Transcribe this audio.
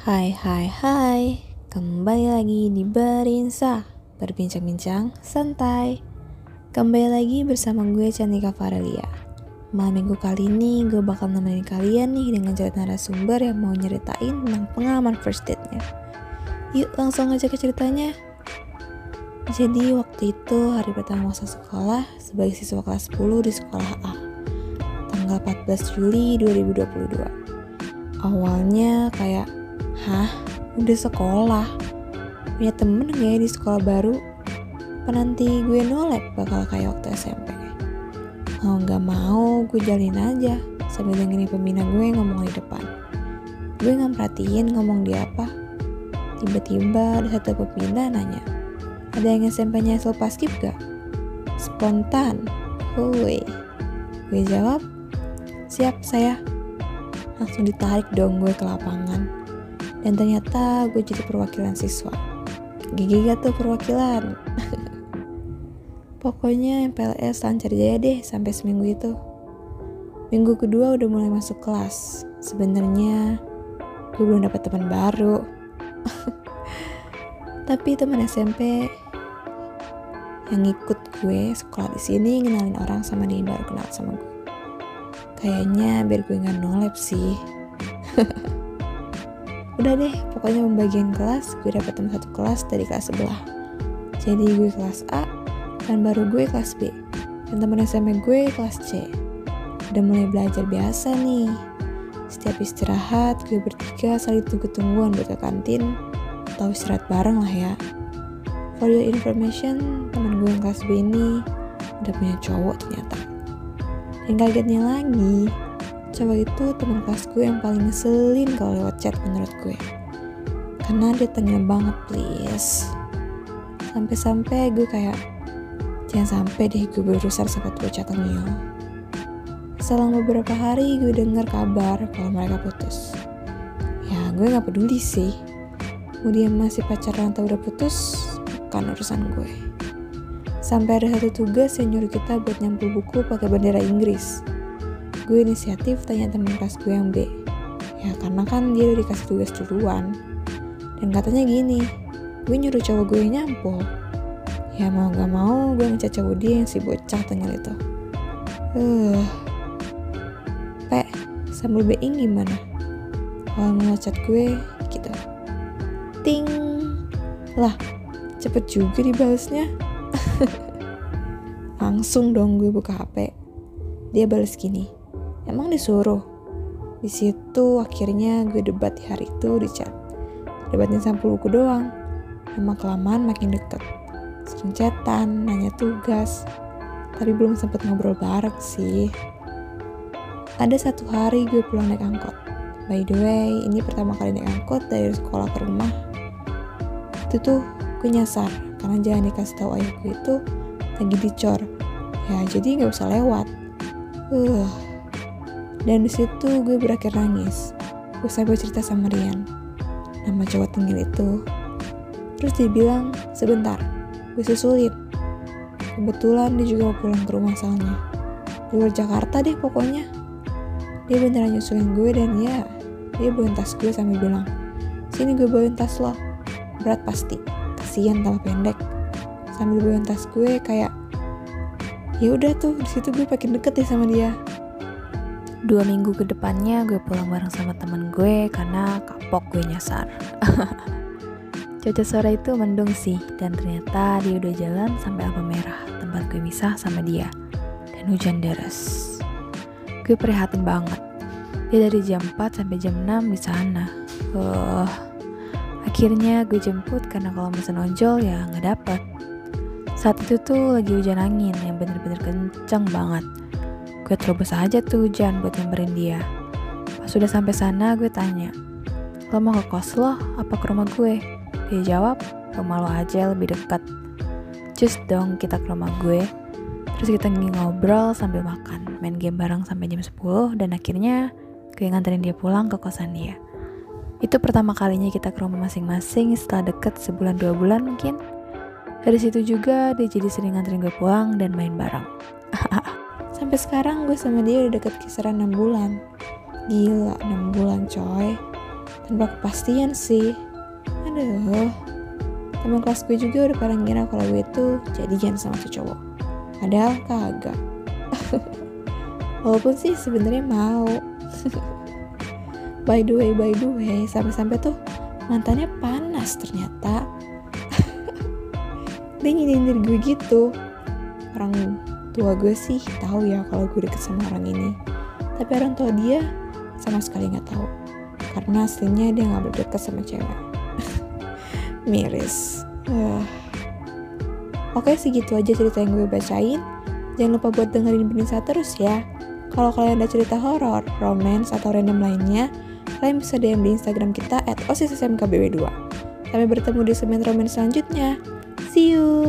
Hai hai hai, kembali lagi di Berinsa, berbincang-bincang santai. Kembali lagi bersama gue Cantika Farelia. Malam minggu kali ini gue bakal nemenin kalian nih dengan cerita narasumber yang mau nyeritain tentang pengalaman first date-nya. Yuk langsung aja ke ceritanya. Jadi waktu itu hari pertama masuk sekolah sebagai siswa kelas 10 di sekolah A, tanggal 14 Juli 2022. Awalnya kayak, hah? Udah sekolah? Punya temen gak ya di sekolah baru? Apa nanti gue nolep bakal kayak waktu SMP? Mau gak mau gue jalin aja sambil dengerin pembina gue ngomong di depan. Gue gak perhatiin ngomong dia apa. Tiba-tiba ada satu pembina nanya, ada yang SMP-nya hasil paskib gak? Spontan. Gue jawab, siap saya. Langsung ditarik dong gue ke lapangan. Dan ternyata gue jadi perwakilan siswa. Gigi gak tuh perwakilan. Pokoknya MPLS lancar jaya deh sampai seminggu itu. Minggu kedua udah mulai masuk kelas. Sebenarnya gue belum dapat teman baru. Tapi teman SMP yang ikut gue sekolah di sini ngenalin orang sama dia baru kenal sama gue. Kayaknya biar gue gak nolep sih. Udah deh, pokoknya pembagian kelas, gue dapet teman satu kelas dari kelas sebelah. Jadi gue kelas A, dan baru gue kelas B. Dan teman SMP gue kelas C. Udah mulai belajar biasa nih. Setiap istirahat, gue bertiga saling tunggu-tungguan buat ke kantin, atau istirahat bareng lah ya. For your information, teman gue yang kelas B ini udah punya cowok ternyata. Yang kagetnya lagi, cowok itu teman kelas gue yang paling ngeselin kalau lewat chat menurut gue. Karena dia tengil banget please. Sampai-sampai gue kayak, jangan sampai deh gue berurusan sama bocah tengil. Selang beberapa hari gue dengar kabar kalau mereka putus. Ya gue gak peduli sih. Mau dia masih pacaran atau udah putus, bukan urusan gue. Sampai ada satu tugas yang nyuruh kita buat nyampul buku pakai bendera Inggris. Gue inisiatif tanya temen kelas gue yang B. Ya karena kan dia udah dikasih tugas duluan. Dan katanya gini, gue nyuruh cowok gue nyampul. Ya mau gak mau gue ngecat cowok dia yang si bocah tengil itu. Pe, sambal being gimana? Kalau ngecat gue gitu. Ting. Lah, cepet juga dibalasnya. Langsung dong gue buka HP. Dia balas gini, emang disuruh? Di situ akhirnya gue debat di hari itu di chat. Debatin sampul buku doang. Lama kelamaan makin deket. Sering chatan, nanya tugas. Tapi belum sempet ngobrol bareng sih. Ada satu hari gue pulang naik angkot. By the way, ini pertama kali naik angkot dari sekolah ke rumah. Itu tuh gue nyasar karena jangan dikasih tahu ayah gue itu lagi dicor. Ya jadi nggak usah lewat. Dan di situ gue berakhir nangis. Gue sambil cerita sama Rian, nama cowok tengil itu. Terus dia bilang, sebentar, gue susulin. Kebetulan dia juga mau pulang ke rumah soalnya. Di luar Jakarta deh pokoknya. Dia beneran nyusulin gue dan ya, dia bawain tas gue sambil bilang, sini gue bawain tas lo. Berat pasti, kasihan tambah pendek. Sambil bawain tas gue kayak, ya udah tuh di situ gue makin deket deh sama dia. 2 minggu ke depannya gue pulang bareng sama temen gue karena kapok gue nyasar. Cuaca sore itu mendung sih, dan ternyata dia udah jalan sampai lampu merah tempat gue misah sama dia, dan hujan deras. Gue prihatin banget. Dia dari jam 4 sampai jam 6 di sana. Akhirnya gue jemput karena kalau mesen ojol ya nggak dapet. Saat itu tuh lagi hujan angin yang bener-bener kenceng banget. Gue terobos aja tuh hujan buat nyamperin dia. Pas udah sampai sana gue tanya, lo mau ke kos lo apa ke rumah gue? Dia jawab, rumah lo aja lebih dekat. Cus dong kita ke rumah gue. Terus kita ngobrol sambil makan, main game bareng sampai jam 10. Dan akhirnya gue nganterin dia pulang ke kosan dia. Itu pertama kalinya kita ke rumah masing-masing setelah deket 1-2 bulan mungkin. Dari situ juga dia jadi sering nganterin gue pulang dan main bareng. Sampai sekarang gue sama dia udah deket kisaran 6 bulan. Gila, 6 bulan coy. tanpa kepastian sih. Aduh, teman kelas gue juga udah pada ngira kalau gue tuh jadian sama si cowok, padahal kagak. Walaupun sih sebenarnya mau. By the way, sampai-sampai tuh mantannya panas ternyata. Dia nyindir gue gitu. Orang tua gue sih tahu ya kalau gue deket sama orang ini, tapi orang tua dia sama sekali nggak tahu, karena aslinya dia nggak berdeket sama cewek. Miris. Oke, segitu aja cerita yang gue bacain. Jangan lupa buat dengerin Binisa terus ya. Kalau kalian ada cerita horor, romance, atau random lainnya, kalian bisa DM di Instagram kita @osissmkbw2. Sampai bertemu di segmen romance selanjutnya. See you!